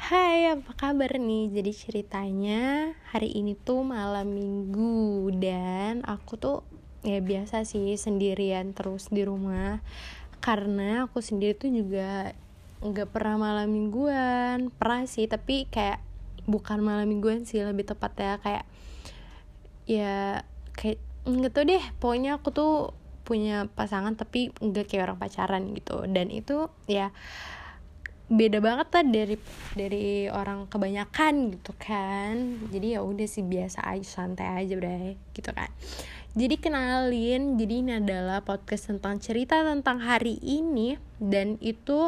Hai, apa kabar nih? Jadi ceritanya hari ini tuh malam minggu dan aku tuh ya biasa sih sendirian terus di rumah. Karena aku sendiri tuh juga nggak pernah malam mingguan. Pernah sih, tapi kayak bukan malam mingguan sih, lebih tepatnya kayak ya kayak nggak tau deh. Pokoknya aku tuh punya pasangan tapi nggak kayak orang pacaran gitu. Dan itu ya beda banget lah dari orang kebanyakan gitu kan. Jadi ya udah sih, biasa aja, santai aja udah gitu kan. Jadi kenalin, jadi ini adalah podcast tentang cerita tentang hari ini. Dan itu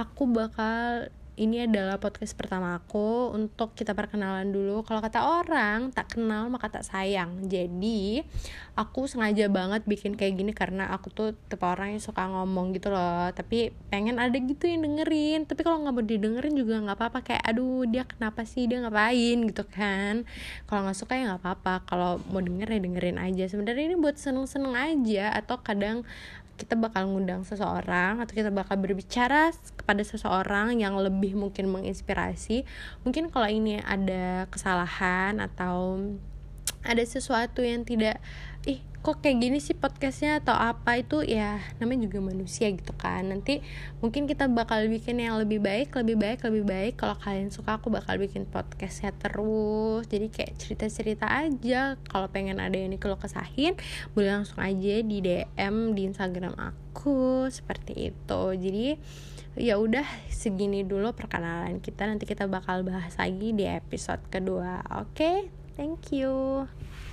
ini adalah podcast pertama aku. Untuk kita perkenalan dulu. Kalau kata orang, tak kenal maka tak sayang. Jadi aku sengaja banget bikin kayak gini karena aku tuh tipe orang yang suka ngomong gitu loh, tapi pengen ada gitu yang dengerin. Tapi kalau nggak mau didengerin juga nggak apa-apa, kayak aduh dia kenapa sih, dia ngapain gitu kan. Kalau nggak suka ya nggak apa-apa, kalau mau denger ya dengerin aja. Sebenarnya ini buat seneng-seneng aja, atau kadang kita bakal ngundang seseorang atau kita bakal berbicara kepada seseorang yang lebih mungkin menginspirasi. Mungkin kalau ini ada kesalahan atau ada sesuatu yang tidak, kok kayak gini sih podcastnya atau apa, itu ya namanya juga manusia gitu kan. Nanti mungkin kita bakal bikin yang lebih baik. Kalau kalian suka, aku bakal bikin podcastnya terus. Jadi kayak cerita-cerita aja. Kalau pengen ada yang dikeluh kesahin, boleh langsung aja di DM di Instagram aku, seperti itu. Jadi ya udah, segini dulu perkenalan kita. Nanti kita bakal bahas lagi di episode kedua. Oke, thank you.